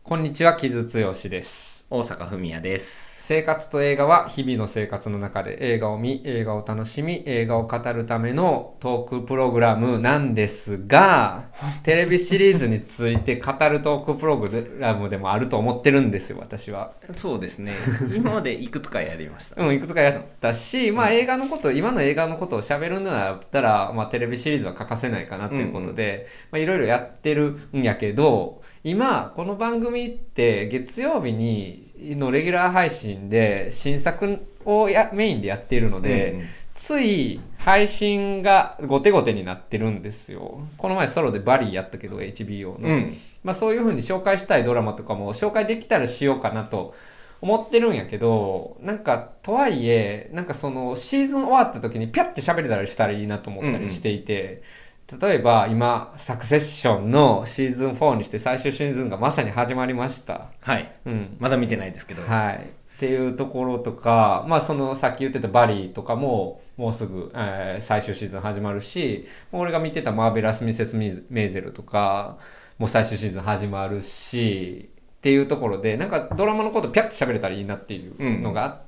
こんにちは、木津剛です。 大阪文也です。 生活と映画は日々の生活の中で映画を見、映画を楽しみ、映画を語るためのトークプログラムなんですが、テレビシリーズについて語るトークプログラムでもあると思ってるんですよ、私は。 そうですね。今までいくつかやりました。 いくつかやったし、映画のこと、今の映画のことを喋るのだったら、テレビシリーズは欠かせないかなということで、いろいろやってるんやけど、今、この番組って月曜日のレギュラー配信で新作をメインでやっているので、つい配信が後手後手になってるんですよ。この前ソロでバリーやったけど HBO の、そういう風に紹介したいドラマとかも紹介できたらしようかなと思ってるんやけど、とはいえそのシーズン終わった時にピャッて喋れたりしたらいいなと思ったりしていて、例えば今サクセッションのシーズン4にして最終シーズンがまさに始まりました。 はい。まだ見てないですけど。 はい。っていうところとか、そのさっき言ってたバリーとかももうすぐ、最終シーズン始まるし、俺が見てたマーベラス・ミセス・メイゼルとかもう最終シーズン始まるしっていうところで、ドラマのことピャッと喋れたらいいなっていうのがあって、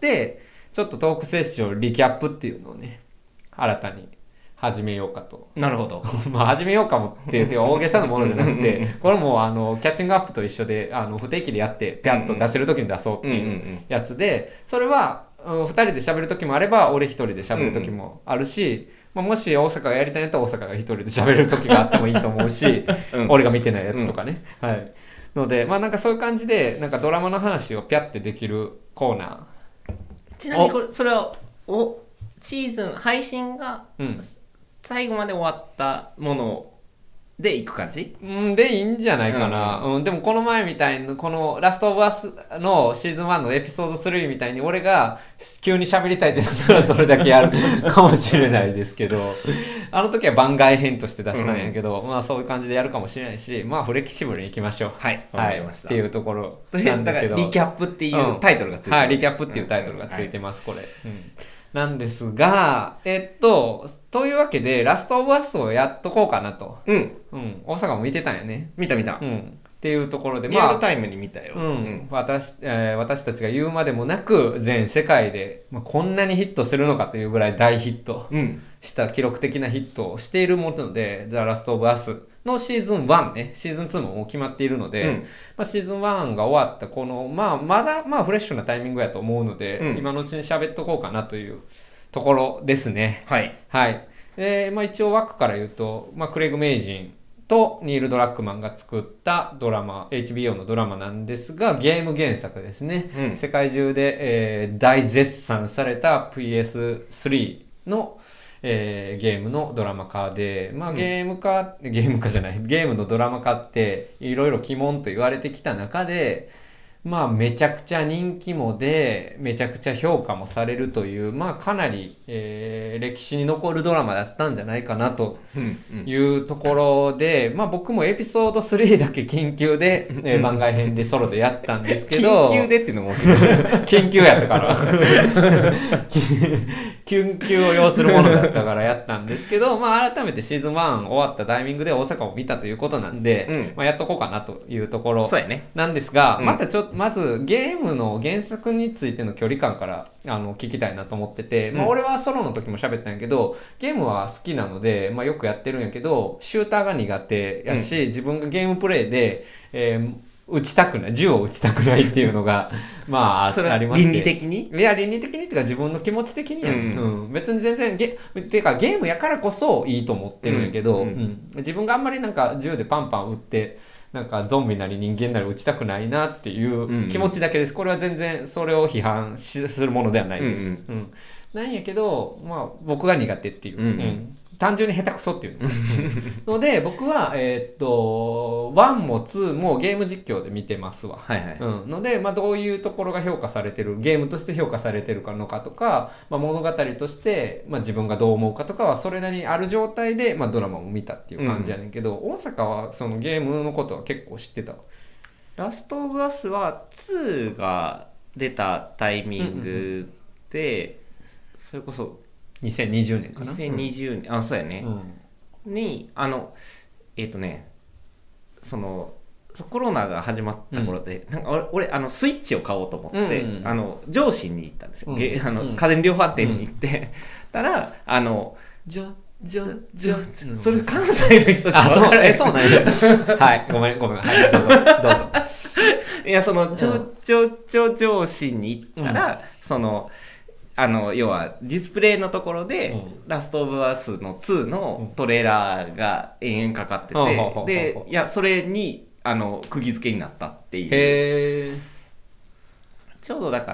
ちょっとトークセッションリキャップっていうのをね、新たに始めようかと。 なるほど。 始めようかもっていう大げさなものじゃなくて、これもキャッチングアップと一緒で、不定期でやって、ピャッと出せるときに出そうっていうやつで、それは、二人で喋るときもあれば、俺一人で喋るときもあるし、もし大阪がやりたいんだったら大阪が一人で喋るときがあってもいいと思うし、俺が見てないやつとかね。はい。ので、そういう感じで、ドラマの話をピャってできるコーナー。ちなみにそれは、シーズン、配信が、最後まで終わったものでいく感じ？ でいいんじゃないかな。でもこの前みたいに、このラストオブアスのシーズン1のエピソード3みたいに俺が急に喋りたいってなったらそれだけやるかもしれないですけど、あの時は番外編として出したんやけど、そういう感じでやるかもしれないし、フレキシブルにいきましょう。 はい、わかりました。 っていうところとりあえずだからリキャップっていうタイトルがついてます。 はい、リキャップっていうタイトルがついてます、これ。なんですが、というわけで、ラストオブアスをやっとこうかなと。大阪も見てたんやね。 見た。 っていうところで、 リアルタイムに見たよ。 私たちが言うまでもなく、全世界で、こんなにヒットするのかというぐらい大ヒットした記録的なヒットをしているもので、ザ・ラストオブアスのシーズン1ね、シーズン2ももう決まっているので、シーズン1が終わったこの、まだフレッシュなタイミングやと思うので、今のうちに喋っとこうかなというところですね。 はい。 はい。で、一応枠から言うと、クレイグ・メイジンとニール・ドラッグマンが作ったドラマ、HBO のドラマなんですが、ゲーム原作ですね。世界中で、大絶賛された PS3 の、ゲームのドラマ化で、ゲームのドラマ化っていろいろ鬼門と言われてきた中で、めちゃくちゃ人気もで、めちゃくちゃ評価もされるという、かなり、歴史に残るドラマだったんじゃないかなというところで、僕もエピソード3だけ緊急で、番外編でソロでやったんですけど、 緊急でっていうのも面白い。 緊急やったから。緊急を要するものだったからやったんですけど、改めてシーズン1終わったタイミングで大阪を見たということなんで、やっとこうかなというところなんですが、まずゲームの原作についての距離感から聞きたいなと思ってて、俺はソロの時も喋ったんやけど、ゲームは好きなので、よくやってるんやけど、シューターが苦手やし、自分がゲームプレイで、銃を撃ちたくないっていうのが、ありまして。 倫理的に？ いや、倫理的にっていうか自分の気持ち的にや、別に全然ていうかゲームやからこそいいと思ってるんやけど、自分があんまり銃でパンパン撃って、ゾンビなり人間なり撃ちたくないなっていう気持ちだけです。これは全然それを批判するものではないです。なんやけど、僕が苦手っていう。単純に下手くそっていうので、僕は、1も2もゲーム実況で見てますわ。ので、どういうところが評価されてる、ゲームとして評価されてるのかとか、物語として、自分がどう思うかとかは、それなりにある状態で、ドラマを見たっていう感じやねんけど、大阪はそのゲームのことは結構知ってた。 ラストオブアスは2が出たタイミングで、それこそ、 2020年かな。 2020年、そうやね。に、その、 コロナが始まった頃で、なんか俺スイッチを買おうと思って、上司に行ったんですよ、家電量販店に行って、たらそれ関西の人しか分からない。 そうなんや。はい、ごめん、はい、どうぞ。 いや、上司に行ったら、要はディスプレイのところで、ラストオブアスの2のトレーラーが延々かかってて、で、いや、それに、釘付けになったっていう。ちょうどだから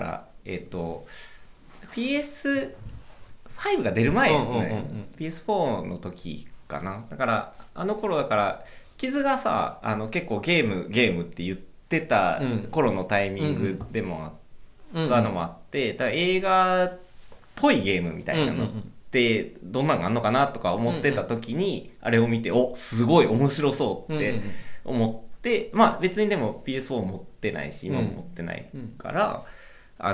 、PS5 が出る前よね。PS4 の時かな。だから、あの頃だから、キズがさ、結構ゲームって言ってた頃のタイミングでもあったのもあって、だから映画っぽいゲームみたいなのってどんなのがあんのかなとか思ってた時に、あれを見て、すごい面白そうって思って、まあ別にでも PS4 持ってないし、今も持ってないから、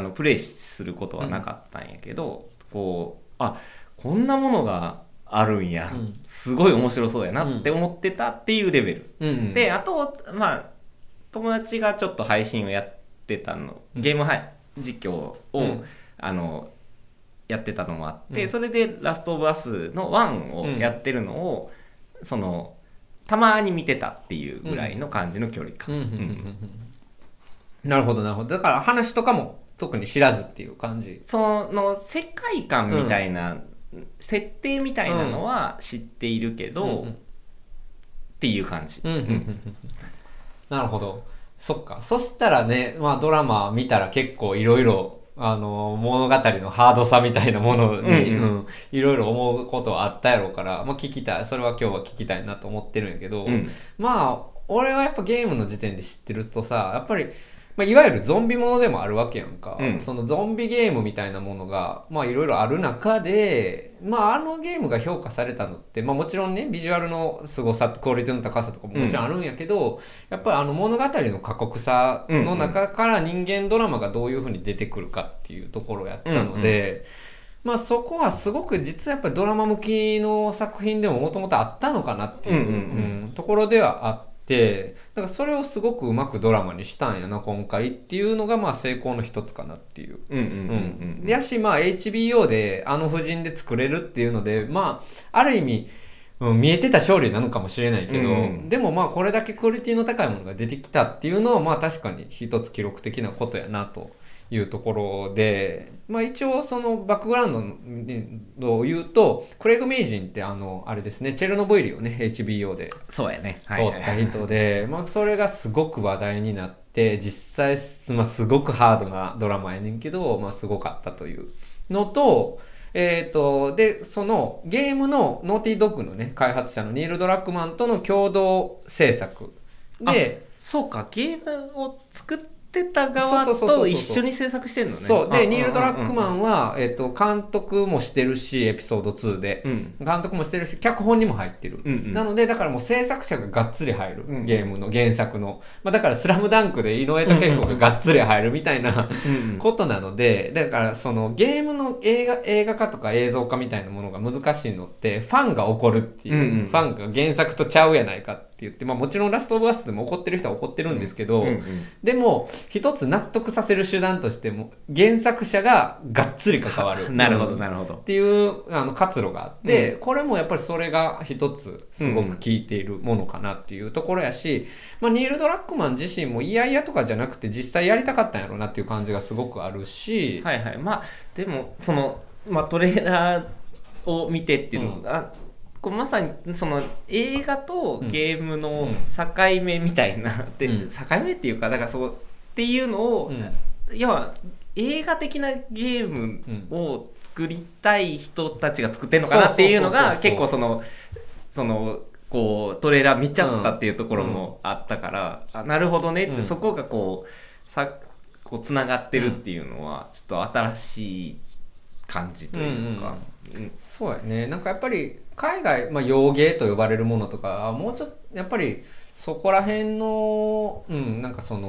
プレイすることはなかったんやけど、こんなものがあるんや、すごい面白そうやなって思ってたっていうレベル。で、あと、まあ、友達がちょっと配信をやってたの、ゲーム実況を、やってたのもあって、それでラストオブアスの1をやってるのを、たまに見てたっていうぐらいの感じの距離感。 なるほど。だから話とかも特に知らずっていう感じ。 その世界観みたいな、設定みたいなのは知っているけど、っていう感じ。 なるほど。そっか。そしたらね、まあドラマ見たら結構いろいろ物語のハードさみたいなものにいろいろ思うことはあったやろうから、まあ聞きたい。それは今日は聞きたいなと思ってるんやけど、まあ俺はやっぱゲームの時点で知ってるとさ、やっぱりまあ、いわゆるゾンビものでもあるわけやんか、そのゾンビゲームみたいなものがまあいろいろある中で、まあゲームが評価されたのって、まあもちろんねビジュアルの凄さクオリティの高さとかももちろんあるんやけど、やっぱり物語の過酷さの中から人間ドラマがどういう風に出てくるかっていうところをやったので、まあそこはすごく実はやっぱりドラマ向きの作品でももともとあったのかなっていうところではあって、だからそれをすごくうまくドラマにしたんやな今回っていうのがまあ成功の一つかなっていう。やしまあ HBO で布陣で作れるっていうので、まあある意味、見えてた勝利なのかもしれないけど、でもまあこれだけクオリティの高いものが出てきたっていうのはまあ確かに一つ記録的なことやなというところで、まあ一応そのバックグラウンドを言うと、クレイグ・メイジンってあれですね、チェルノブイリをね、HBO で撮った人で、まあそれがすごく話題になって、実際、まあすごくハードなドラマやねんけど、まあすごかったというのと、で、そのゲームのノーティードッグのね、開発者のニール・ドラッグマンとの共同制作で、 そうか、ゲームを作ってた側と一緒に制作してるのね。 そうでニール・ドラッグマンは、監督もしてるしエピソード2で、監督もしてるし脚本にも入ってる、なのでだからもう制作者ががっつり入る、ゲームの原作の、まあ、だからスラムダンクで井上武彦ががっつり入るみたいなことなので、だからそのゲームの映画化とか映像化みたいなものが難しいのってファンが怒るっていう、ファンが原作とちゃうやないかって言って、まあ、もちろんラストオブアスでも怒ってる人は怒ってるんですけど、でも一つ納得させる手段としても原作者ががっつり関わるなるほどなるほどっていう活路があって、これもやっぱりそれが一つすごく効いているものかなっていうところやし、まあ、ニール・ドラッグマン自身もいやいやとかじゃなくて実際やりたかったんやろうなっていう感じがすごくあるし、 まあでもまあ、トレーラーを見てっていうのが、こうまさにその映画とゲームの境目みたいな、境目っていうか、だからそうっていうのを、要は映画的なゲームを作りたい人たちが作ってるのかなっていうのが結構そのこうトレーラー見ちゃったっていうところもあったから、なるほどねって、そこがこうつながってるっていうのはちょっと新しい感じというか、 そうやね。なんかやっぱり海外、まあ、洋芸と呼ばれるものとかもうちょっとやっぱりそこら辺の、なんかその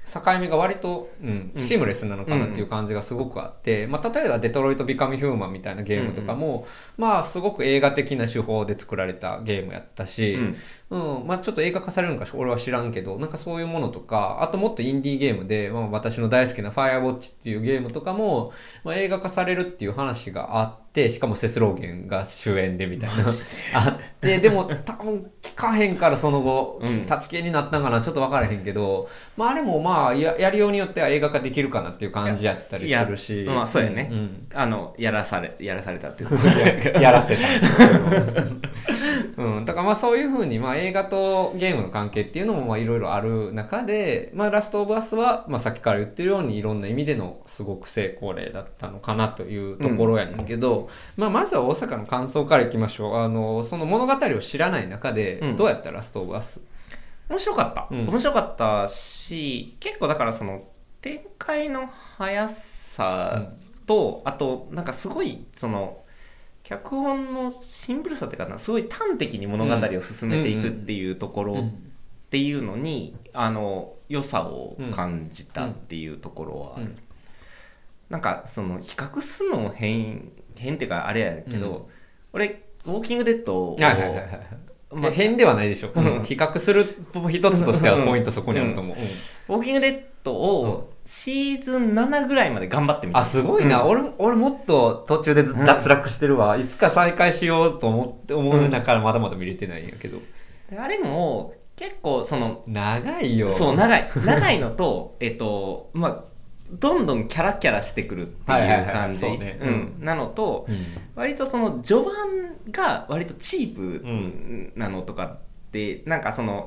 境目が割と、シームレスなのかなっていう感じがすごくあって、まあ、例えばデトロイト・ビカム・ヒューマンみたいなゲームとかも、まあすごく映画的な手法で作られたゲームやったし、まあちょっと映画化されるのか俺は知らんけど、なんかそういうものとか、あともっとインディーゲームで、まあ、私の大好きなファイアウォッチっていうゲームとかも、まあ、映画化されるっていう話があって、しかもセスローゲンが主演でみたいなあって、でも多分聞かへんからその後立ち消えになったんかな、ちょっと分からへんけど、まああれもまあやりようによっては映画化できるかなっていう感じやったりするし、 まあそうやね、やらされたっていうかやらせたんですけど、だからまあそういうふうに、まあ、映画とゲームの関係っていうのもいろいろある中で、まあ、ラストオブアスは、まあ、さっきから言ってるようにいろんな意味でのすごく成功例だったのかなというところやねんけど、まあ、まずは大阪の感想からいきましょう。その物語を知らない中でどうやったラストオブアス？ 面白かった、面白かったし、結構だからその展開の速さと、あとなんかすごいその脚本のシンプルさっていうかな、すごい端的に物語を進めていくっていうところっていうのに、良さを感じたっていうところはある。なんかその比較するのも変っていうかあれやけど、俺ウォーキングデッドをまあ、変ではないでしょ、比較する一つとしてはポイントそこにあると思う、 ウォーキングデッドをシーズン7ぐらいまで頑張ってみた。 あ、すごいな、俺もっと途中で脱落してるわ、いつか再開しようと思う中からまだまだ見れてないんやけど、 あれも結構その長いよ。 そう長いのとまあどんどんキャラしてくるっていう感じなのと、割とその序盤が割とチープなのとかって、なんかその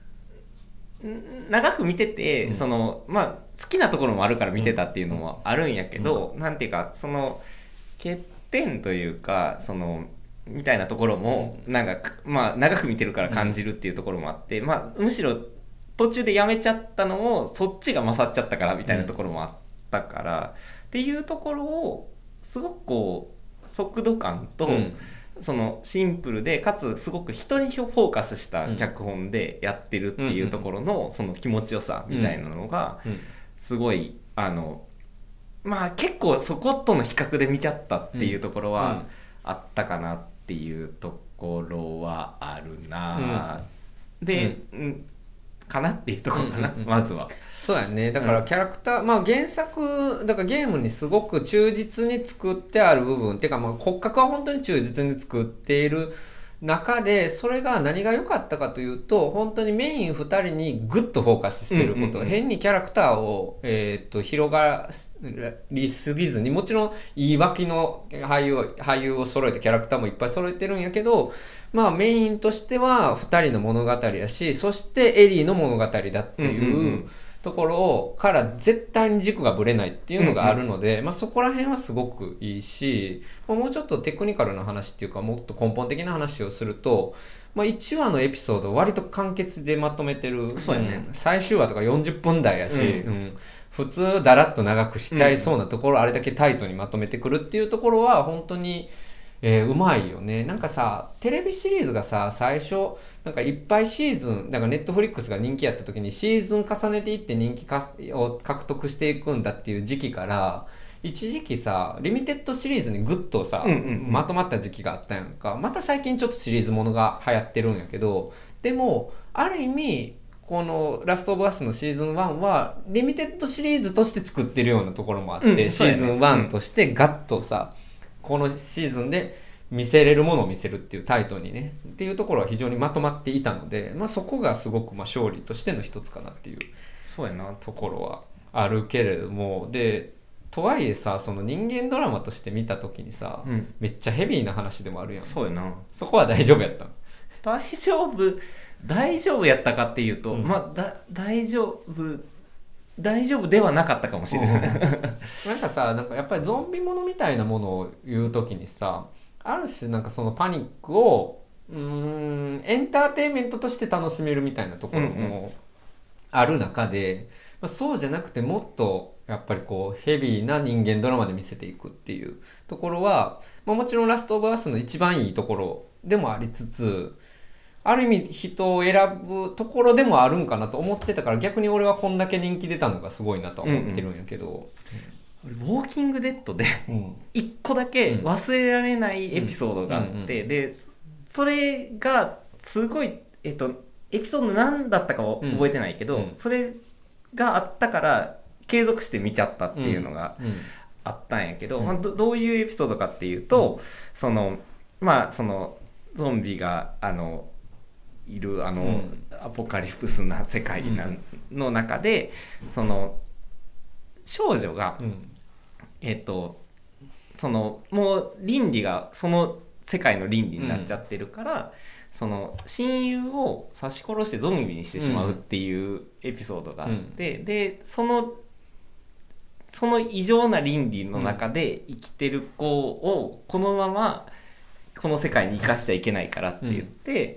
長く見てて、そのまあ好きなところもあるから見てたっていうのもあるんやけど、なんていうかその欠点というかそのみたいなところもなんかまあ長く見てるから感じるっていうところもあって、まあむしろ途中でやめちゃったのもそっちが勝っちゃったからみたいなところもあったから、っていうところをすごくこう速度感と、そのシンプルでかつすごく人にフォーカスした脚本でやってるっていうところのその気持ちよさみたいなのがすごいまあ結構そことの比較で見ちゃったっていうところはあったかなっていうところはあるな、で、かなっていうところかな、まずは。 そうやね。だからキャラクター、まあ原作、だからゲームにすごく忠実に作ってある部分、っていうかまあ骨格は本当に忠実に作っている中で、それが何が良かったかというと、本当にメイン2人にグッとフォーカスしていること、変にキャラクターを、広がりすぎずに、もちろんいい脇の俳優を揃えてキャラクターもいっぱい揃えてるんやけど、まあメインとしては2人の物語やし、そしてエリーの物語だっていうところから絶対に軸がぶれないっていうのがあるので、まあそこら辺はすごくいいし、もうちょっとテクニカルな話っていうかもっと根本的な話をすると、まあ、1話のエピソードを割と簡潔でまとめてる、 そうやね、 最終話とか40分台やし、普通だらっと長くしちゃいそうなところをあれだけタイトにまとめてくるっていうところは本当にうまいよね。なんかさ、テレビシリーズがさ、最初なんかいっぱいシーズン、なんかネットフリックスが人気やった時にシーズン重ねていって人気を獲得していくんだっていう時期から、一時期さ、リミテッドシリーズにグッとさ、まとまった時期があったやんか。また最近ちょっとシリーズものが流行ってるんやけど、でもある意味このラストオブアスのシーズン1はリミテッドシリーズとして作ってるようなところもあって、シーズン1としてガッとさ、このシーズンで見せれるものを見せるっていうタイトルにねっていうところは非常にまとまっていたので、まあ、そこがすごくまあ勝利としての一つかなっていうそうやなところはあるけれども、でとはいえさ、その人間ドラマとして見た時にさ、めっちゃヘビーな話でもあるやん。 そうやな。 そこは大丈夫やった？ 大丈夫やったかっていうと、まあ大丈夫ではなかったかもしれない。 なんかさ、なんかやっぱりゾンビものみたいなものを言うときにさ、ある種なんかそのパニックをエンターテインメントとして楽しめるみたいなところもある中で、そうじゃなくてもっとやっぱりこうヘビーな人間ドラマで見せていくっていうところは、もちろんラストオブアスの一番いいところでもありつつ、 ある意味人を選ぶところでもあるんかなと思ってたから、逆に俺はこんだけ人気出たのがすごいなとは思ってるんやけど、 ウォーキングデッドでうん一個だけ忘れられないエピソードがあって、でそれがすごい、エピソード何だったかは覚えてないけど、それがあったから継続して見ちゃったっていうのがあったんやけど、まあ、どういうエピソードかっていうと、そのゾンビがいるアポカリプスな世界の中で、その少女が、もう倫理がその世界の倫理になっちゃってるから、その親友を刺し殺してゾンビにしてしまうっていうエピソードがあって、でその異常な倫理の中で生きてる子をこのままこの世界に生かしちゃいけないからって言って、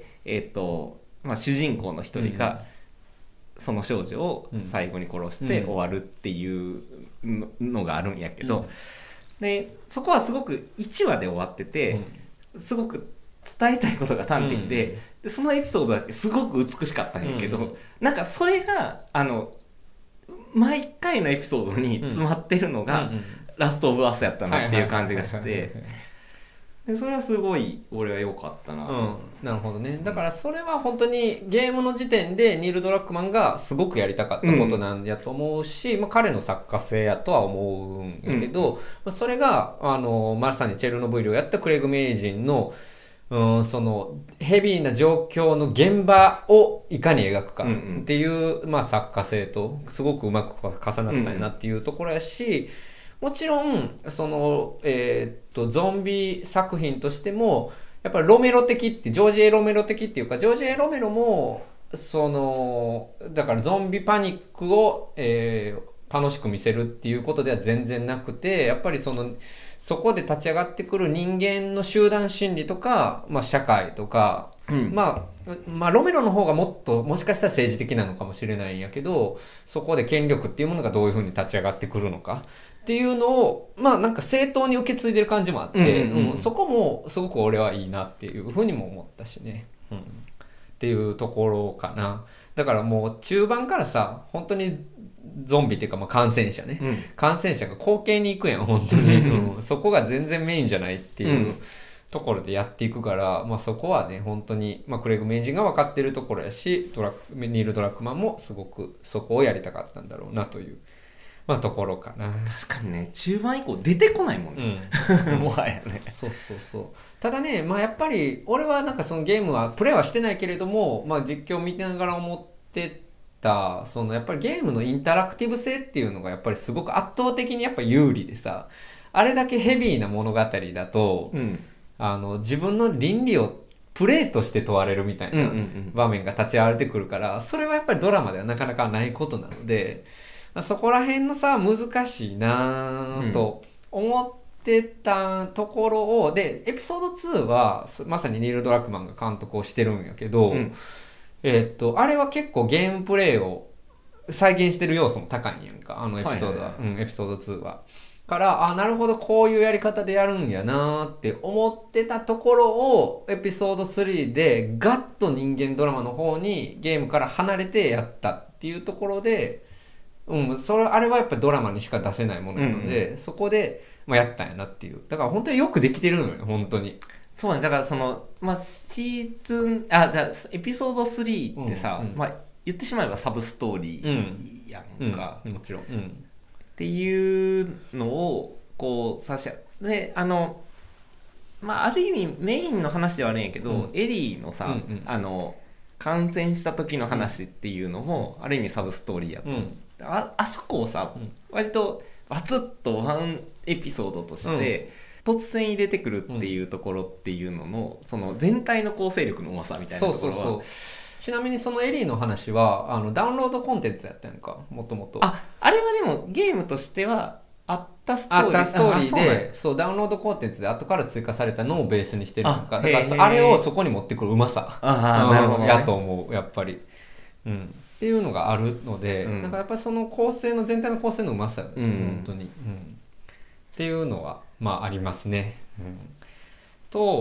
主人公の一人がその少女を最後に殺して終わるっていうのがあるんやけど、でそこはすごく1話で終わってて、すごく伝えたいことが端的で、でそのエピソードだけすごく美しかったんやけど、なんかそれが毎回のエピソードに詰まってるのがラストオブアスやったなっていう感じがして、でそれはすごい俺は良かったなと、 なるほどね。だからそれは本当にゲームの時点でニール・ドラッグマンがすごくやりたかったことなんやと思うし、まあ、彼の作家性やとは思うんやけど、それがまさにチェルノブイリをやったクレイグ・メイジンのそのヘビーな状況の現場をいかに描くかっていう、まあ、作家性とすごくうまく重なったんやなっていうところやし、もちろんその、ゾンビ作品としてもやっぱりロメロ的ってジョージ・エロメロ的っていうか、ジョージ・エロメロもそのだからゾンビパニックを、楽しく見せるっていうことでは全然なくて、やっぱりそこで立ち上がってくる人間の集団心理とか、まあ、社会とか、まあロメロの方がもしかしたら政治的なのかもしれないんやけど、そこで権力っていうものがどういうふうに立ち上がってくるのかっていうのをまあなんか正当に受け継いでる感じもあって、そこもすごく俺はいいなっていうふうにも思ったしね、っていうところかな。だからもう中盤からさ、本当にゾンビっていうかまあ感染者ね、感染者が後継に行くやん本当に、そこが全然メインじゃないっていうところでやっていくから、まあ、そこはね本当に、まあ、クレイグ・メイジンが分かってるところやし、ニール・ドラッグマンもすごくそこをやりたかったんだろうなという、まあ、ところかな。 確かにね、中盤以降出てこないもんね、もはやね。 そうただね、まあ、やっぱり俺はなんかそのゲームはプレイはしてないけれども、まあ、実況を見てながら思ってた、そのやっぱりゲームのインタラクティブ性っていうのがやっぱりすごく圧倒的にやっぱ有利でさ、あれだけヘビーな物語だと、自分の倫理をプレイとして問われるみたいな場面が立ち現れてくるから、それはやっぱりドラマではなかなかないことなので、そこら辺のさ難しいなと思ってたところを、でエピソード2はまさにニール・ドラッグマンが監督をしてるんやけど、あれは結構ゲームプレイを再現してる要素も高いんやんか、エピソードは、エピソード2は。からなるほどこういうやり方でやるんやなって思ってたところをエピソード3でガッと人間ドラマの方にゲームから離れてやったっていうところで、あれはやっぱりドラマにしか出せないものなので、そこで、まあ、やったんやなっていう。だから本当によくできてるのよ本当に。 そうね、だからシーズンエピソード3ってさ、まあ言ってしまえばサブストーリーやんか、 もちろん、 っていうのをこうでまあある意味メインの話ではあるんやけど、エリーのさ、感染した時の話っていうのも、ある意味サブストーリーやと、あそこをさ、割とバツッとワンエピソードとして、突然入れてくるっていうところっていうのの、その全体の構成力の重さみたいなところは、 ちなみにそのエリーの話はダウンロードコンテンツやったやんか、もともと。 あれはでもゲームとしてはあったストーリーで、そうダウンロードコンテンツで後から追加されたのをベースにしてるやんか。だからあれをそこに持ってくるうまさなるほど、ね、 やと思うやっぱり、っていうのがあるので、なんかやっぱりその構成の全体の構成のうまさよね、本当に、っていうのはまあありますね。と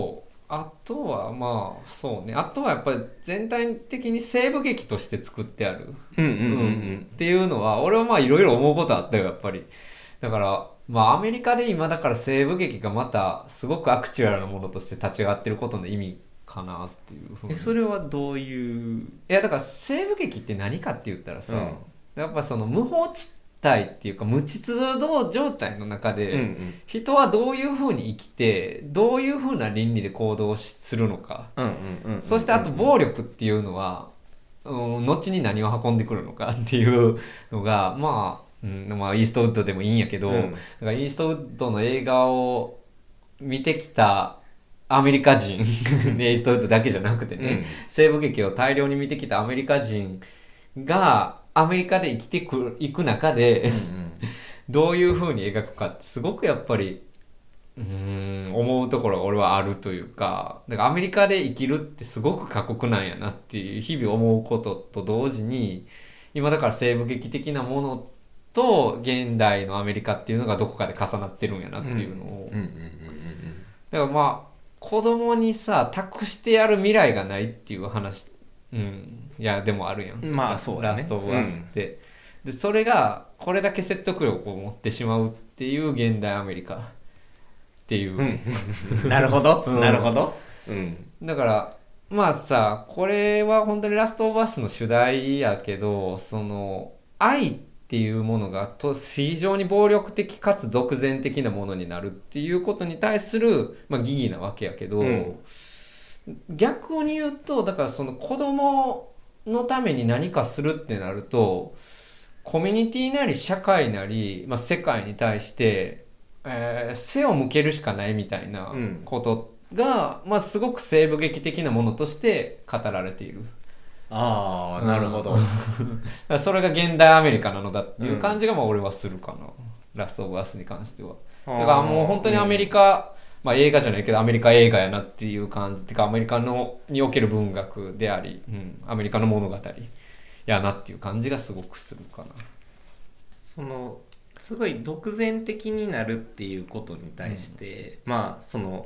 あとはまあそうね、あとはやっぱり全体的に西部劇として作ってある、っていうのは俺はまあいろいろ思うことあったよやっぱり。だからまあアメリカで今だから西部劇がまたすごくアクチュアルなものとして立ち上がってることの意味かなっていうふうに。 それはどういう。 いやだから西部劇って何かって言ったらさ、 うん、 やっぱその無法地帯っていうか無秩序状態の中で、 うんうん、 人はどういうふうに生きてどういうふうな倫理で行動するのか、そしてあと暴力っていうのは、後に何を運んでくるのかっていうのがまあ、まあイーストウッドでもいいんやけど、だからイーストウッドの映画を見てきたアメリカ人イーストウッドだけじゃなくてね、西部劇を大量に見てきたアメリカ人がアメリカで生きていく中で、どういう風に描くかってすごくやっぱり思うところが俺はあるというか、だからアメリカで生きるってすごく過酷なんやなっていう日々思うことと同時に、今だから西部劇的なものと現代のアメリカっていうのがどこかで重なってるんやなっていうのを、だからまあ子供にさ託してやる未来がないっていう話、いやでもあるやん、 まあそうだね、 ラストオブアスって、でそれがこれだけ説得力を持ってしまうっていう現代アメリカっていう、 なるほど、なるほど、 だからまあさ、これは本当にラストオブアスの主題やけど、その愛っていうものが非常に暴力的かつ独善的なものになるっていうことに対する、まあ、疑義なわけやけど、逆に言うとだからその子供のために何かするってなると、コミュニティなり社会なり、まあ、世界に対して、背を向けるしかないみたいなことが、まあ、すごく西部劇的なものとして語られている。 ああ、なるほど。 それが現代アメリカなのだっていう感じがまあ俺はするかな、ラストオブアスに関しては。だからもう本当にアメリカ、まあ映画じゃないけどアメリカ映画やなっていう感じっていうか、アメリカにおける文学であり、アメリカの物語やなっていう感じがすごくするかな。 そのすごい独善的になるっていうことに対して、まあその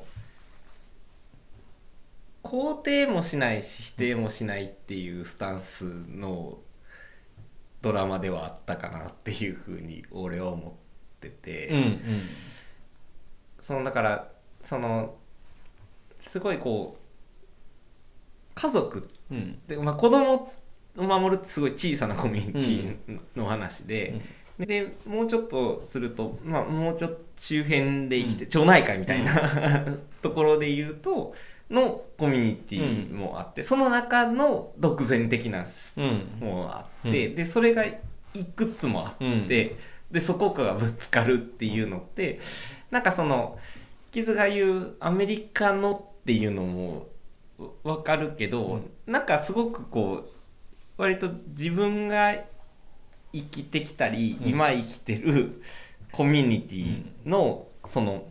肯定もしないし否定もしないっていうスタンスのドラマではあったかなっていうふうに俺は思ってて、だからそのすごいこう家族で、まあ、子供を守るってすごい小さなコミュニティの話で、でもうちょっとすると、まあ、もうちょっと周辺で生きて、町内会みたいなところで言うとのコミュニティもあって、その中の独善的なもあって、でそれがいくつもあって、でそこがぶつかるっていうのって、なんかそのキズが言うアメリカのっていうのもわかるけど、なんかすごくこう割と自分が生きてきたり、今生きてるコミュニティのその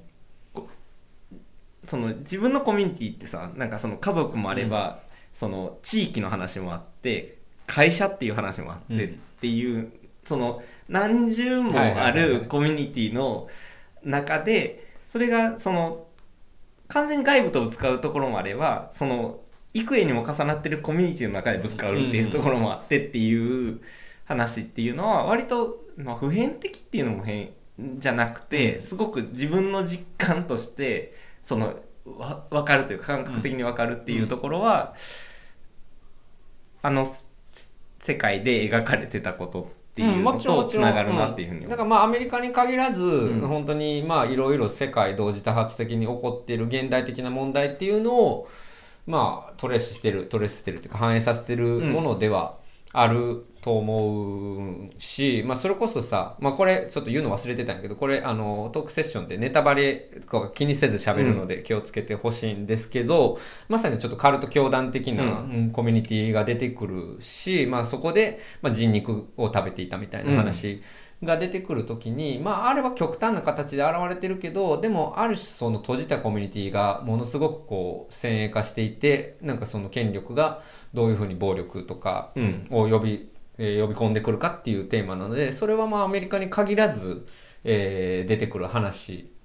自分のコミュニティってさ、なんかその家族もあれば、その地域の話もあって会社っていう話もあってっていう、その何重もあるコミュニティの中で、それがその完全に外部とぶつかるところもあれば、その幾重にも重なってるコミュニティの中でぶつかるっていうところもあってっていう話っていうのは割と、まあ、普遍的っていうのも変じゃなくて、すごく自分の実感としてその分かるというか感覚的に分かるっていうところは、あの世界で描かれてたことっていうのとつながるなっていうふうに思う。 だからまあアメリカに限らず、本当にまあいろいろ世界同時多発的に起こっている現代的な問題っていうのをまあトレースしてるというか反映させてるものではあると思うし、まあそれこそさ、まあこれちょっと言うの忘れてたんやけど、これトークセッションでネタバレ気にせず喋るので気をつけてほしいんですけど、まさにちょっとカルト教団的な、コミュニティが出てくるし、まあそこで、まあ、人肉を食べていたみたいな話が出てくるときに、まああれは極端な形で現れてるけど、でもある種その閉じたコミュニティがものすごくこう先鋭化していて、なんかその権力がどういうふうに暴力とかを呼び込んでくるかっていうテーマなので、それはまあアメリカに限らず、出てくる話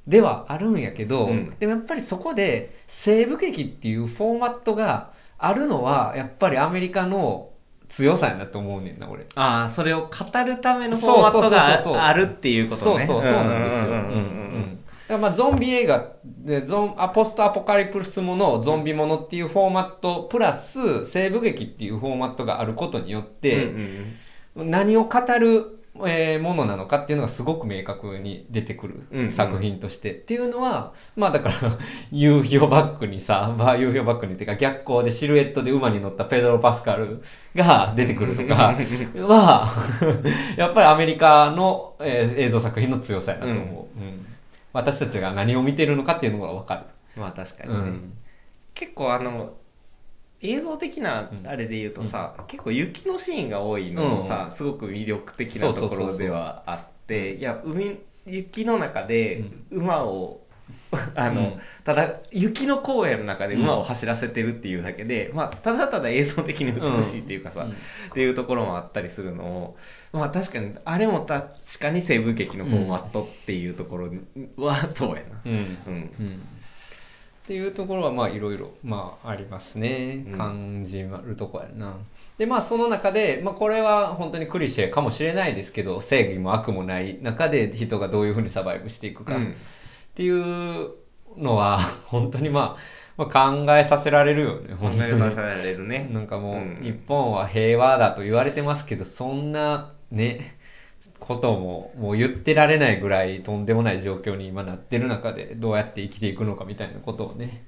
ではあるんやけど、 うんでもやっぱりそこで西部劇っていうフォーマットがあるのはやっぱりアメリカの強さやなと思うねんな俺。 ああ、それを語るためのフォーマットそうそうそうそうがあるっていうことね。 そうなんですよ。だからまあゾンビ映画でポストアポカリプスものゾンビものっていうフォーマットプラス西部劇っていうフォーマットがあることによって何を語るものなのかっていうのがすごく明確に出てくる作品としてっていうのはまあだから夕日をバックにさ、夕日をバックにっていうか逆光でシルエットで馬に乗ったペドロ・パスカルが出てくるとかはやっぱりアメリカの映像作品の強さやなと思う。私たちが何を見てるのかっていうのが分かる。 まあ確かにね。結構映像的なあれで言うとさ、結構雪のシーンが多いのもさ、すごく魅力的なところではあって、いや雪の中で馬をただ雪の荒野の中で馬を走らせてるっていうだけで、まあただただ映像的に美しいっていうかさ、っていうところもあったりするのを、まあ確かにあれも確かに西部劇のフォーマットっていうところはそうやな。 っていうところはまあいろいろまあありますね。感じるところやな。でまあその中で、まあ、これは本当にクリシェかもしれないですけど、正義も悪もない中で人がどういうふうにサバイブしていくかっていうのは本当にまあ考えさせられるよね。 考えさせられるね。 なんかもう日本は平和だと言われてますけど、そんなねこともう言ってられないぐらいとんでもない状況に今なってる中でどうやって生きていくのかみたいなことをね、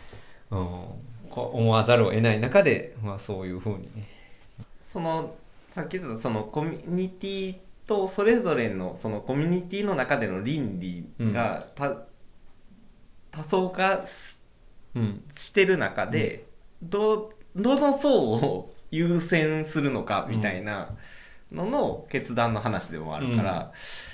思わざるを得ない中で、まあ、そういうふうにね、 さっき言ったそのコミュニティとそれぞれのそのコミュニティの中での倫理が多層化してる中で、どの層を優先するのかみたいなの決断の話でもあるから、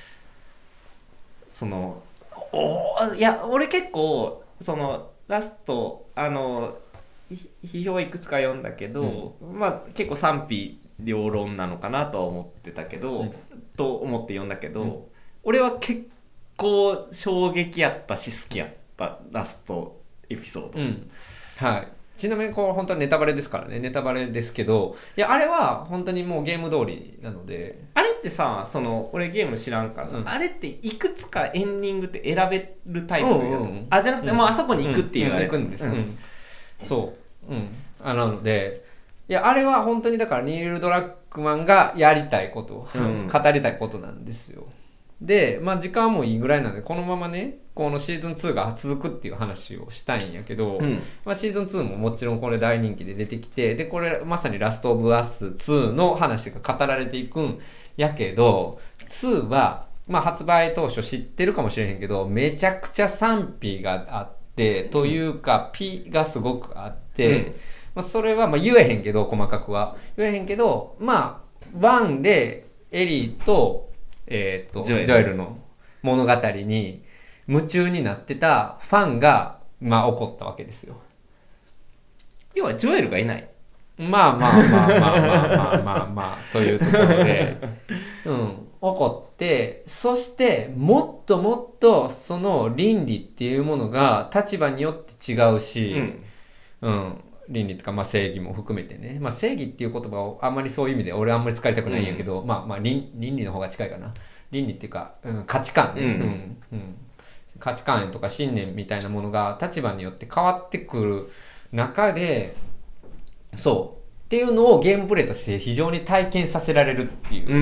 いや俺結構ラスト批評いくつか読んだけど、まあ結構賛否両論なのかなとは思ってたけど、と思って読んだけど、俺は結構衝撃やったし好きやったラストエピソード。 はい。ちなみにこう本当はネタバレですからね、ネタバレですけど、いやあれは本当にもうゲーム通りなので。 あれってさ、俺ゲーム知らんからさ、あれっていくつかエンディングって選べるタイプやと、じゃなくてもうあそこに行くっていうあれ、 行くんです。そう、なので、いやあれは本当にだからニール・ドラッグマンがやりたいこと、語りたいことなんですよ。で、まあ時間もいいぐらいなんで、このままね、このシーズン2が続くっていう話をしたいんやけど、まあシーズン2ももちろんこれ大人気で出てきて、で、これまさにラストオブアス2の話が語られていくんやけど、2は、まあ発売当初知ってるかもしれへんけど、めちゃくちゃ賛否があって、というか、ピがすごくあって、まあそれはまあ言えへんけど、細かくは。言えへんけど、まあ、1でエリーと、ジョエルの物語に夢中になってたファンが、まあ、怒ったわけですよ。 要はジョエルがいない。 まあというところで、怒って、そしてもっともっとその倫理っていうものが立場によって違うし、倫理とか、まあ、正義も含めてね、まあ、正義っていう言葉をあんまりそういう意味で俺あんまり使いたくないんやけど、まあ倫理の方が近いかな。倫理っていうか、価値観ね、価値観とか信念みたいなものが立場によって変わってくる中で、そうっていうのをゲームプレイとして非常に体験させられるっていう。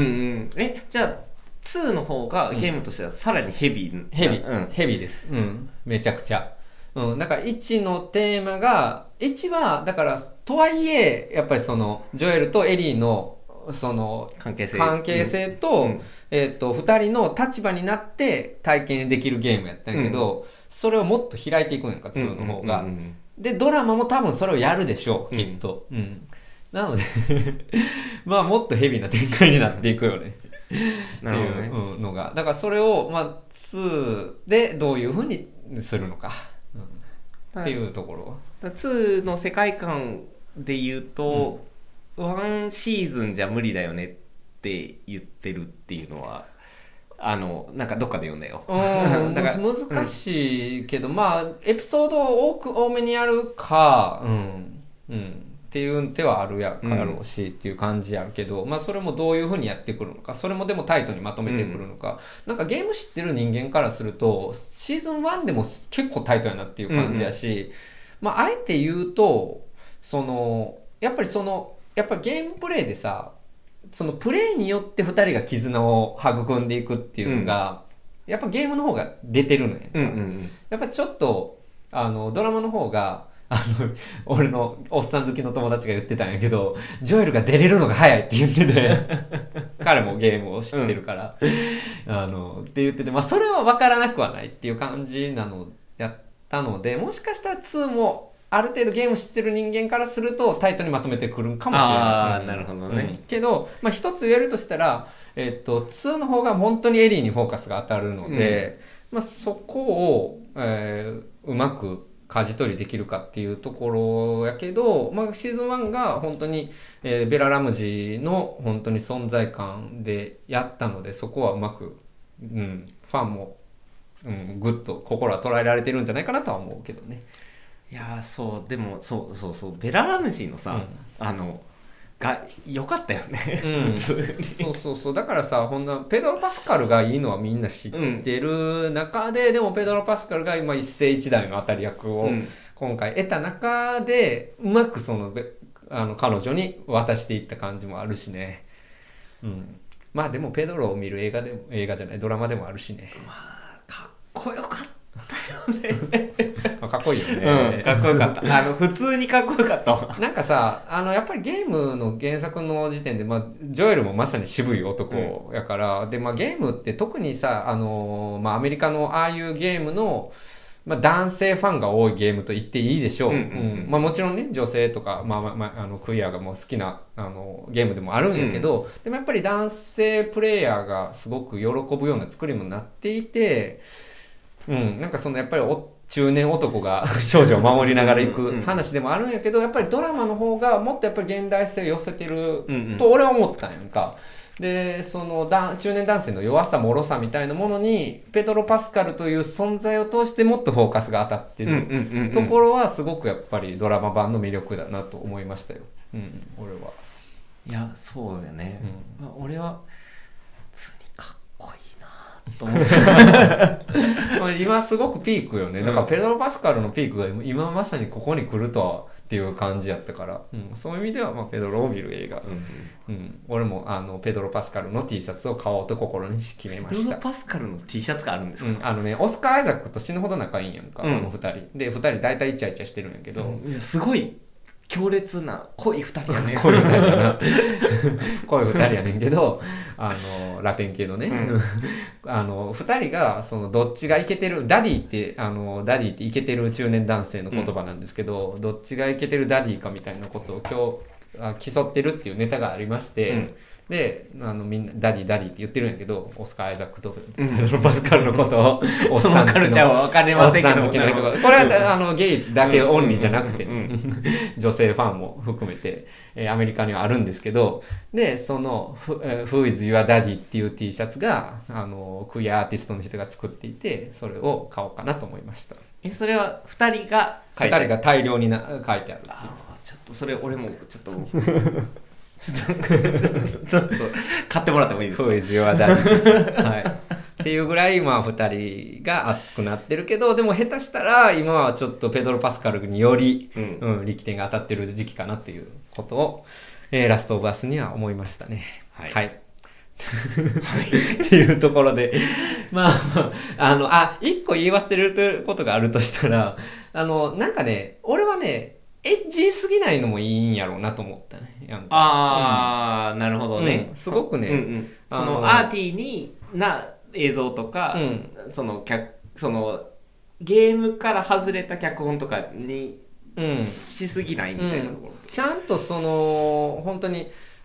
じゃあ2の方がゲームとしてはさらにヘビー、 ヘビーです。めちゃくちゃ。だから1のテーマが、1はだからとはいえやっぱりそのジョエルとエリーのその関係性と、2人の立場になって体験できるゲームやったんやけど、それをもっと開いていくんやんか、2の方が。でドラマも多分それをやるでしょう、きっと。なのでまあもっとヘビーな展開になっていくよねっていうのが、だからそれを、まあ、2でどういうふうにするのか、っていうところ。 2の世界観で言うと、ワンシーズンじゃ無理だよねって言ってるっていうのは、 なんかどっかで読んだよ。 だから難しいけど、まあエピソードを多めにやるか、っていう手はあるやろうし、っていう感じやるけど、まあそれもどういうふうにやってくるのか、それもでもタイトにまとめてくるのか、なんかゲーム知ってる人間からするとシーズン1でも結構タイトやなっていう感じやし、まああえて言うとやっぱりやっぱりゲームプレイでさ、そのプレイによって2人が絆を育んでいくっていうのが、やっぱゲームの方が出てるのやんか、やっぱちょっとドラマの方が俺のおっさん好きの友達が言ってたんやけど、ジョエルが出れるのが早いって言ってて彼もゲームを知ってるから、って言ってて、まあそれは分からなくはないっていう感じなのやったので、もしかしたら2もある程度ゲーム知ってる人間からするとタイトにまとめてくるかもしれない。 ああ、なるほどね。 けど、まあ、一つ言えるとしたら、2の方が本当にエリーにフォーカスが当たるので、まあ、そこを、うまく舵取りできるかっていうところやけど、まあ、シーズン1が本当に、ベラ・ラムジーの本当に存在感でやったので、そこはうまく、ファンも、ぐっと心は捉えられてるんじゃないかなとは思うけどね。 いやそう、でもベラ・ラムジーのさ、が良かったよね、 そうだからさ、ペドロ・パスカルがいいのはみんな知ってる中で、でもペドロ・パスカルが今一世一代の当たり役を今回得た中で、うまく彼女に渡していった感じもあるしね。まあでもペドロを見る映画じゃないドラマでもあるしね。 まあかっこよかったよねかっこいいよね、 かっこよかった普通にかっこよかったわ。 なんかさ、やっぱりゲームの原作の時点で、まあ、ジョエルもまさに渋い男やから、で、まあ、ゲームって特にさ、まあ、アメリカのああいうゲームの、まあ、男性ファンが多いゲームと言っていいでしょう。まあ、もちろんね、女性とか、クイアがもう好きなゲームでもあるんやけど、でもやっぱり男性プレイヤーがすごく喜ぶような作りもなっていて、なんかやっぱり中年男が少女を守りながら行く話でもあるんやけど、やっぱりドラマの方がもっとやっぱり現代性を寄せてると俺は思ったんやんか。で、中年男性の弱さ脆さみたいなものにペドロ・パスカルという存在を通してもっとフォーカスが当たってるところはすごくやっぱりドラマ版の魅力だなと思いましたよ。俺は。 いや、そうよね。俺は普通にかっこいいなと思って今すごくピークよね。だからペドロ・パスカルのピークが今まさにここに来るとはっていう感じやったから、そういう意味では、まあ、ペドロを見る映画、俺もペドロ・パスカルの T シャツを買おうと心に決めました。 ペドロ・パスカルの T シャツがあるんですか？ オスカー・アイザックと死ぬほど仲いいんやんか、2人で、2人大体イチャイチャしてるんやけど、 すごい強烈な濃い2人やね。 濃い2人やな濃い2人やねんけど、ラテン系のね、2人がどっちがイケてるダディってイケてる中年男性の言葉なんですけど、どっちがイケてるダディかみたいなことを競ってるっていうネタがありまして、でみんなダディって言ってるんやけど、オスカー・アイザックとペドロ・パスカルのことをおっさん好きのそのカルチャーは分かりませんけど、 これはゲイだけオンリーじゃなくて、女性ファンも含めて、アメリカにはあるんですけど、でWho is your daddy っていう T シャツがクイアアーティストの人が作っていて、それを買おうかなと思いました。 それは2人が書いてある。2人が大量に書いてある。 ちょっとそれ俺もちょっと買ってもらってもいいですか？ Who is your daddy はいっていうぐらい、まあ2人が熱くなってるけど、でも下手したら今はちょっとペドロ・パスカルにより、力点が当たってる時期かなっていうことを、ラスト・オブ・アスには思いましたね。はいっていうところで、まあ一個言い忘れることがあるとしたら、なんかね、俺はね、エッジすぎないのもいいんやろうなと思ったね。 なるほどね。 すごくね、 アーティーな映像とか、ゲームから外れた脚本とかにしすぎないみたいなところ。 ちゃんと本当に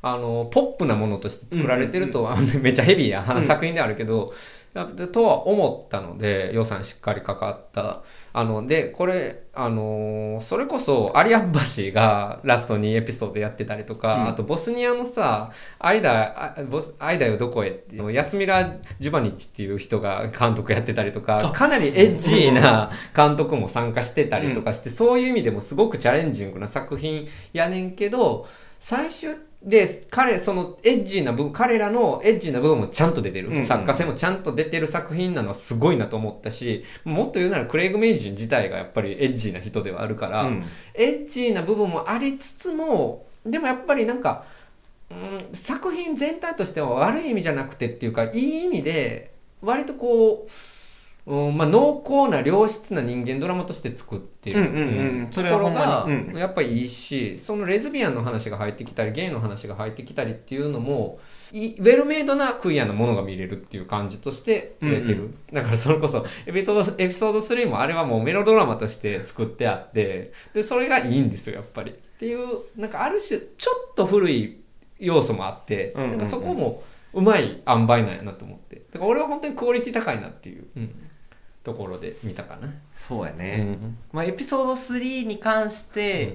ポップなものとして作られてると、めっちゃヘビーな作品であるけど、とは思ったので、予算しっかりかかった。で、これ、それこそ、アリアンバシがラストにエピソードやってたりとか、あと、ボスニアのさ、愛だよどこへっていう、ヤスミラ・ジュバニッチっていう人が監督やってたりとか、かなりエッジーな監督も参加してたりとかして、そういう意味でもすごくチャレンジングな作品やねんけど、最終で、そのエッジーな部分、彼らのエッジーな部分もちゃんと出てる。作家性もちゃんと出てる作品なのはすごいなと思ったし、もっと言うならクレイグ・メイジン自体がやっぱりエッジーな人ではあるから、エッジーな部分もありつつも、でもやっぱりなんか、作品全体としては悪い意味じゃなくてっていうか、いい意味で、割とこう、濃厚な良質な人間ドラマとして作ってるところがやっぱりいいし、そのレズビアンの話が入ってきたりゲイの話が入ってきたりっていうのもウェルメイドなクイアなものが見れるっていう感じとして売れてる、だからそれこそエピソード3もあれはもうメロドラマとして作ってあって、でそれがいいんですよやっぱりっていう、なんかある種ちょっと古い要素もあって、なんかそこもうまい塩梅なんやなと思って、だから俺は本当にクオリティ高いなっていう、ところで見たかな。 そうやね、まあ、エピソード3に関して、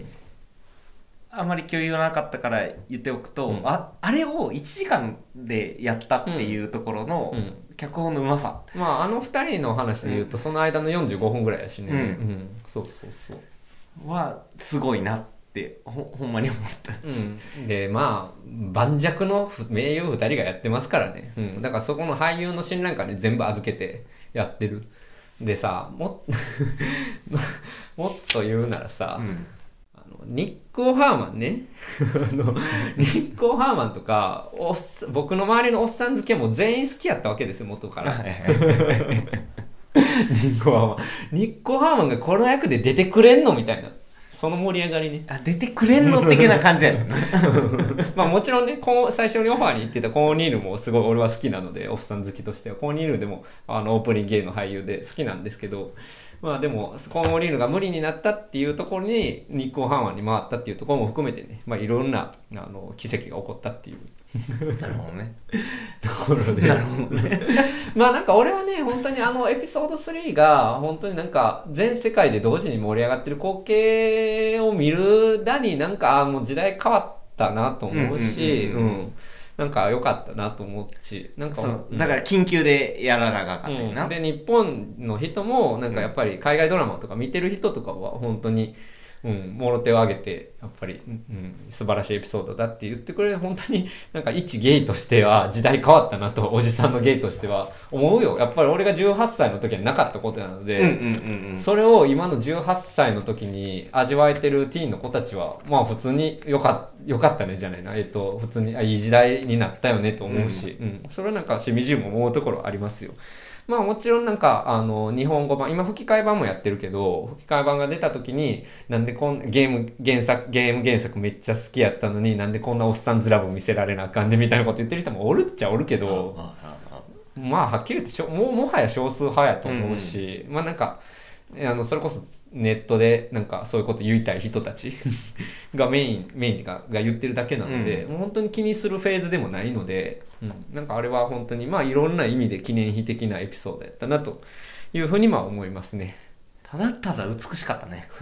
あまり共有がなかったから言っておくと、あれを1時間でやったっていうところの脚本のうまさ、 まあ2人の話で言うとその間の45分ぐらいやしね、そうそうそうはすごいなってほんまに思ったし、 でまあ盤石の名優2人がやってますからね、だからそこの俳優の信頼感に全部預けてやってる。でさ、もっと言うならさ、ニック・オハーマンねニック・オハーマンとか僕の周りのおっさん付けも全員好きやったわけですよ元からニック・オハーマンがこの役で出てくれんのみたいな、その盛り上がりね。 出てくれんの的な感じやねんまあもちろんね、最初にオファーに行ってたコーニールもすごい俺は好きなので、おっさん好きとしてはコーニールでもオープニングゲイの俳優で好きなんですけど、まあでもコーニールが無理になったっていうところにニック・オハーマンに回ったっていうところも含めてね、まあいろんな奇跡が起こったっていうなるほどねところで、 なるほどねまあなんか俺はね本当にエピソード3が本当になんか全世界で同時に盛り上がってる光景を見るだになんかもう時代変わったなと思うし、なんか良かったなと思うし、なんかだから緊急でやらなかったな、 で日本の人もなんかやっぱり海外ドラマとか見てる人とかは本当にもろ手を挙げてやっぱり、素晴らしいエピソードだって言ってくれる、本当になんか一ゲイとしては時代変わったなと、おじさんのゲイとしては思うよ。やっぱり俺が18歳の時はなかったことなので、それを今の18歳の時に味わえてるティーンの子たちはまあ普通によかったねじゃないな、普通にいい時代になったよねと思うし、それはなんかしみじみ思うところありますよ。まあもちろんなんか日本語版、今吹き替え版もやってるけど、吹き替え版が出た時になんでゲーム原作めっちゃ好きやったのになんでこんなおっさんずラブ見せられなあかんねみたいなこと言ってる人もおるっちゃおるけど、まあはっきり言ってもはや少数派やと思うし、まあなんかそれこそネットでなんかそういうこと言いたい人たちがメインが言ってるだけなので、もう本当に気にするフェーズでもないので、なんかあれは本当にまあいろんな意味で記念碑的なエピソードやったなというふうにまあ思いますね。 ただただ美しかったね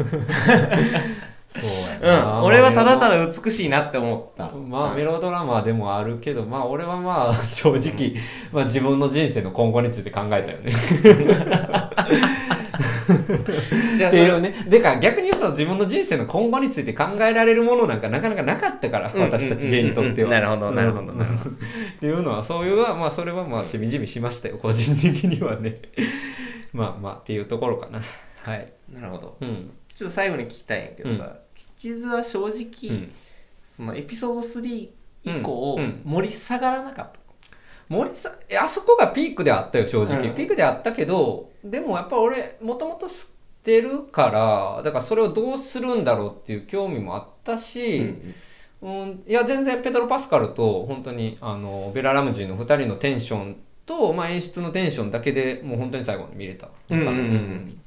そうやな、 俺はただただ美しいなって思った。 まあメロドラマでもあるけど、まあ俺はまあ正直、まあ自分の人生の今後について考えたよねっていうね。でか逆に言うと自分の人生の今後について考えられるものなんかなかなかなかったから、私たちゲイにとっては。 なるほどなるほどっていうのはそういうまあそれはまあしみじみしましたよ個人的にはねまあっていうところかな。はい。 なるほど。ちょっと最後に聞きたいんやけどさ、キズは正直、そのエピソード3以降、盛り下がらなかった。 あそこがピークであったよ正直、ピークであったけど、でもやっぱ俺もともと知ってるから、だからそれをどうするんだろうっていう興味もあったし、いや全然ペドロ・パスカルと本当にベラ・ラムジーの2人のテンションと、まあ、演出のテンションだけでもう本当に最後に見れた。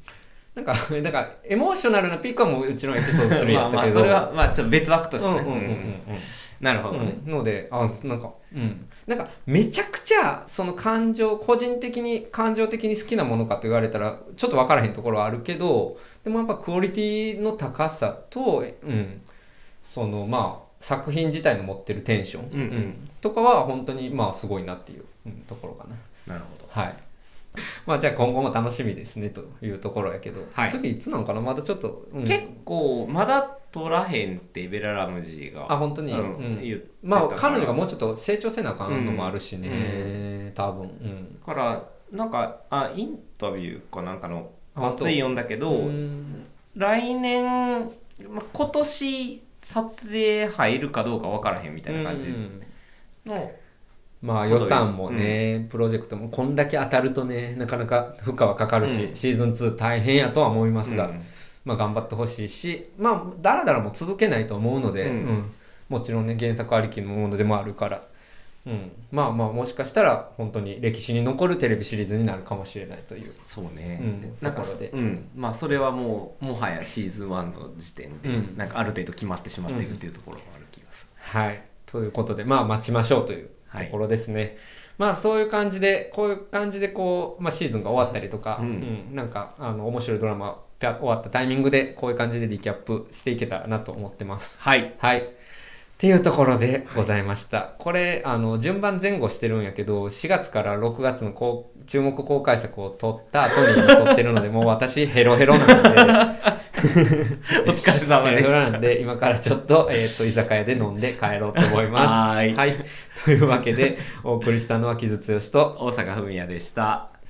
なんかエモーショナルなピークはもううちのエピソード3やったけどそれはまあちょっと別枠としてね。なるほどね。 ので、なんかめちゃくちゃその個人的に感情的に好きなものかと言われたらちょっと分からへんところはあるけど、でもやっぱクオリティの高さと、その作品自体の持ってるテンション、とかは本当にすごいなっていう、ところかな。 なるほど。 はい。じゃあ今後も楽しみですねというところやけど、次いつなのかな、まだちょっと、 結構まだ取らへんってベラ・ラムジーが本当に、 言ってた彼女がもうちょっと成長せなあかんのもあるしね、多分、 だからなんかインタビューかなんかの抜粋読んだけど、来年、今年撮影入るかどうか分からへんみたいな感じの、 予算もね、プロジェクトもこんだけ当たるとね、なかなか負荷はかかるし、シーズン2大変やとは思いますが、頑張ってほしいし、だらだらも続けないと思うので、もちろんね、原作ありきのものでもあるから、もしかしたら本当に歴史に残るテレビシリーズになるかもしれないという。 そうね。 ところで。 それはもはやシーズン1の時点で、なんかある程度決まってしまっているというところがある気がする。 はい。ということで、待ちましょうというところですね。そういう感じで、こういう感じでシーズンが終わったりとか、なんか面白いドラマが終わったタイミングでこういう感じでリキャップしていけたらなと思ってます。はい。っていうところでございました。これ順番前後してるんやけど、4月から6月の注目公開作を撮った後に撮ってるので、もう私ヘロヘロなのでお疲れ様でした。 ヘロヘロなんで今からちょっと、居酒屋で飲んで帰ろうと思います。はい。というわけでお送りしたのは木津剛と大阪文也でした。